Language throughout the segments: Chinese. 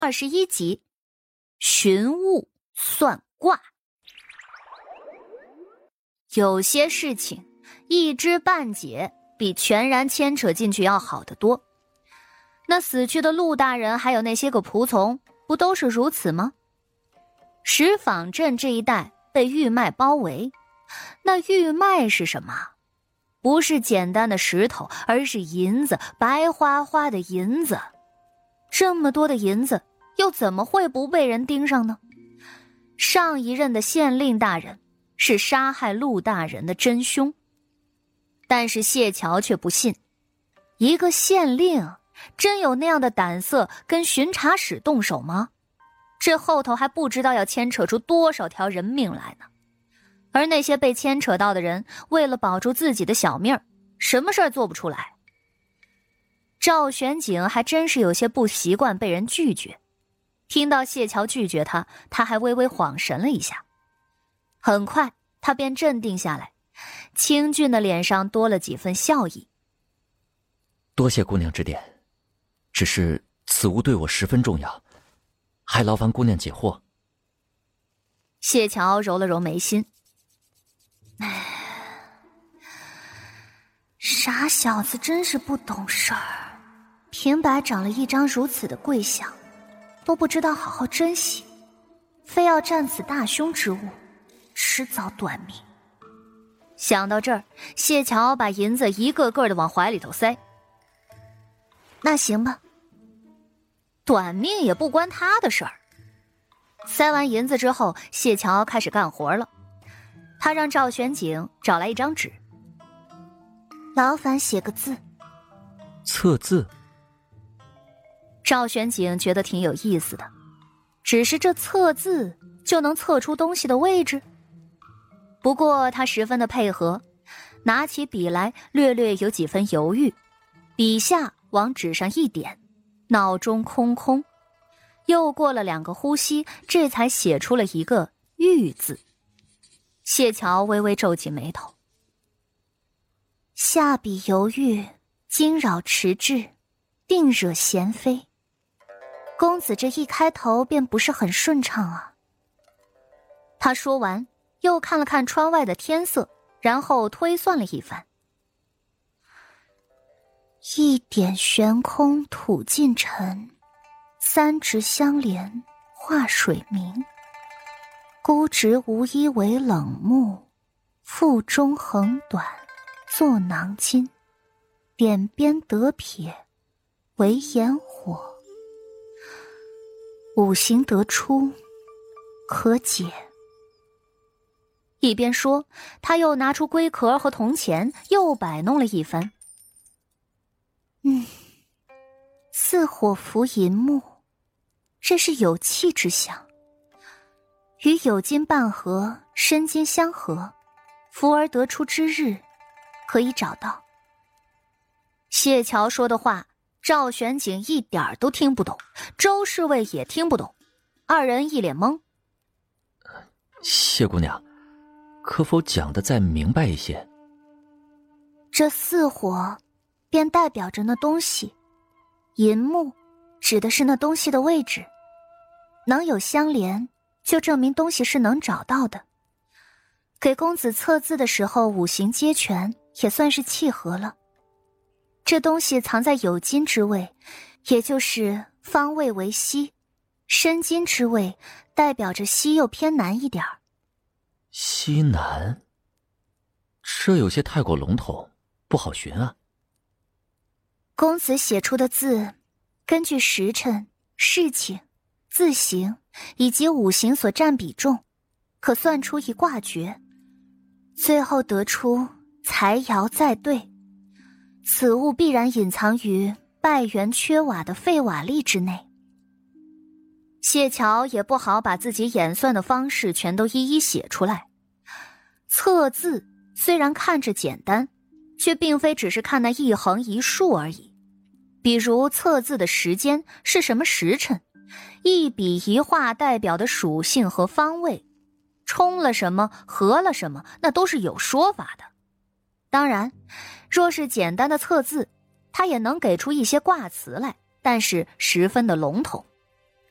21集，寻物算卦。有些事情一知半解比全然牵扯进去要好得多。那死去的陆大人还有那些个仆从不都是如此吗？石坊镇这一带被玉脉包围，那玉脉是什么？不是简单的石头，而是银子，白花花的银子。这么多的银子又怎么会不被人盯上呢？上一任的县令大人是杀害陆大人的真凶，但是谢桥却不信，一个县令真有那样的胆色跟巡查使动手吗？这后头还不知道要牵扯出多少条人命来呢。而那些被牵扯到的人，为了保住自己的小命，什么事儿做不出来。赵玄景还真是有些不习惯被人拒绝，听到谢桥拒绝他，他还微微恍神了一下。很快他便镇定下来，清俊的脸上多了几分笑意。 多谢姑娘指点，只是此物对我十分重要，还劳烦姑娘解惑。 谢桥揉了揉眉心，傻小子真是不懂事儿，平白长了一张如此的贵相，都不知道好好珍惜，非要占此大凶之物，迟早短命。想到这儿，谢桥把银子一个个的往怀里头塞。那行吧，短命也不关他的事儿。塞完银子之后，谢桥开始干活了。他让赵玄景找来一张纸，劳烦写个字。 测字？ 赵玄景觉得挺有意思的，只是这测字就能测出东西的位置？不过他十分的配合，拿起笔来略略有几分犹豫，笔下往纸上一点，脑中空空，又过了2个呼吸，这才写出了一个玉字。谢桥微微皱起眉头，下笔犹豫，惊扰迟滞，定惹贤妃。公子这一开头便不是很顺畅啊。他说完，又看了看窗外的天色，然后推算了一番。一点悬空吐尽尘，3直相连画水明。孤直无依为冷木，腹中横短作囊巾。点边得撇为炎火，五行得出可解。一边说，他又拿出龟壳和铜钱，又摆弄了一番。似火伏银木，这是有气之象，与有金半合，申金相合，伏而得出之日，可以找到。谢桥说的话，赵玄景一点儿都听不懂，周侍卫也听不懂，二人一脸懵。 谢姑娘，可否讲得再明白一些？ 这四火便代表着那东西，银木指的是那东西的位置，能有相连，就证明东西是能找到的。给公子测字的时候，五行皆全，也算是契合了。这东西藏在酉金之位，也就是方位为西，申金之位代表着西又偏南一点儿。 西南？这有些太过笼统，不好寻啊。 公子写出的字，根据时辰、事情、字形以及五行所占比重，可算出一卦诀，最后得出财爻在对。此物必然隐藏于败垣缺瓦的废瓦砾之内。谢桥也不好把自己演算的方式全都一一写出来。测字虽然看着简单，却并非只是看那一横一竖而已。比如测字的时间是什么时辰，一笔一画代表的属性和方位，冲了什么合了什么，那都是有说法的。当然，若是简单的测字，他也能给出一些卦辞来，但是十分的笼统。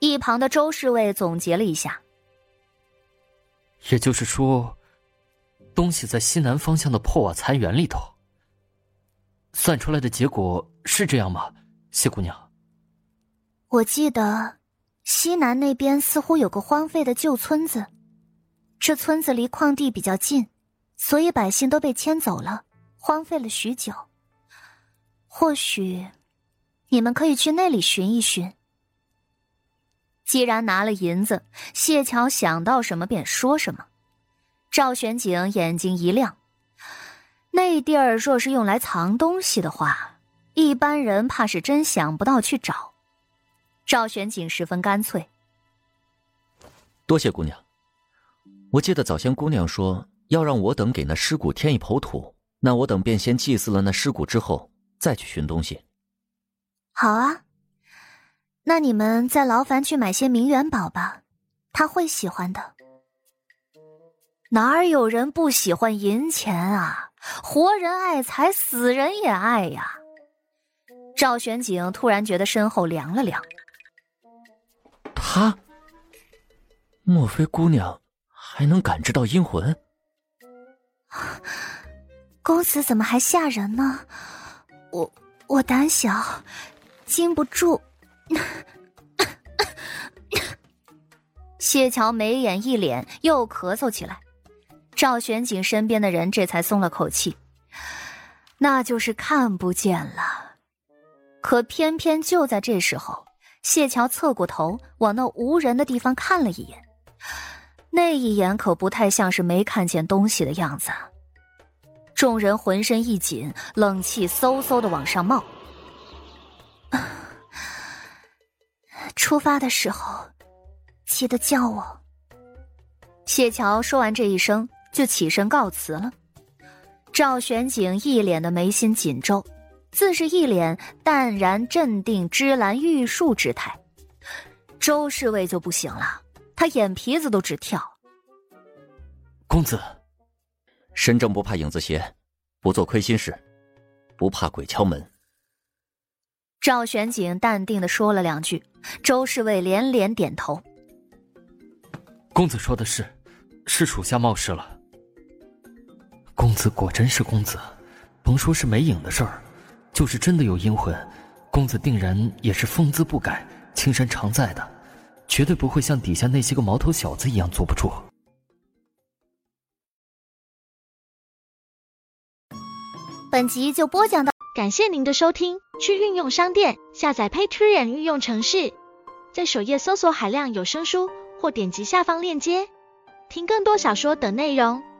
一旁的周侍卫总结了一下， 也就是说，东西在西南方向的破瓦残垣里头。算出来的结果是这样吗，谢姑娘？ 我记得西南那边似乎有个荒废的旧村子，这村子离矿地比较近，所以百姓都被迁走了，荒废了许久。或许你们可以去那里寻一寻。既然拿了银子，谢桥想到什么便说什么。赵玄景眼睛一亮，那地儿若是用来藏东西的话，一般人怕是真想不到去找。赵玄景十分干脆。 多谢姑娘。我记得早先姑娘说要让我等给那尸骨添一抔土，那我等便先祭祀了那尸骨之后再去寻东西。 好啊，那你们再劳烦去买些名元宝吧，他会喜欢的。哪有人不喜欢银钱啊？活人爱财，死人也爱呀。赵玄景突然觉得身后凉了凉。 他？莫非姑娘还能感知到阴魂？ 公子怎么还吓人呢？我胆小，禁不住。谢桥眉眼一脸，又咳嗽起来。赵玄景身边的人这才松了口气，那就是看不见了。可偏偏就在这时候，谢桥侧过头往那无人的地方看了一眼，那一眼可不太像是没看见东西的样子。众人浑身一紧，冷气嗖嗖地往上冒。出发的时候记得叫我。谢桥说完这一声就起身告辞了。赵玄景一脸的眉心紧皱，自是一脸淡然镇定芝兰玉树之态。周侍卫就不行了，他眼皮子都直跳。 公子， 身正不怕影子斜，不做亏心事，不怕鬼敲门。 赵玄景淡定地说了两句，周侍卫连连点头。 公子说的是属下冒失了。公子果真是公子，甭说是没影的事儿，就是真的有阴魂，公子定然也是风姿不改，青山常在的，绝对不会像底下那些个毛头小子一样坐不住。 本集就播讲到， 感谢您的收听。去运用商店下载 Patreon 运用程式，在首页搜索海量有声书，或点击下方链接听更多小说等内容。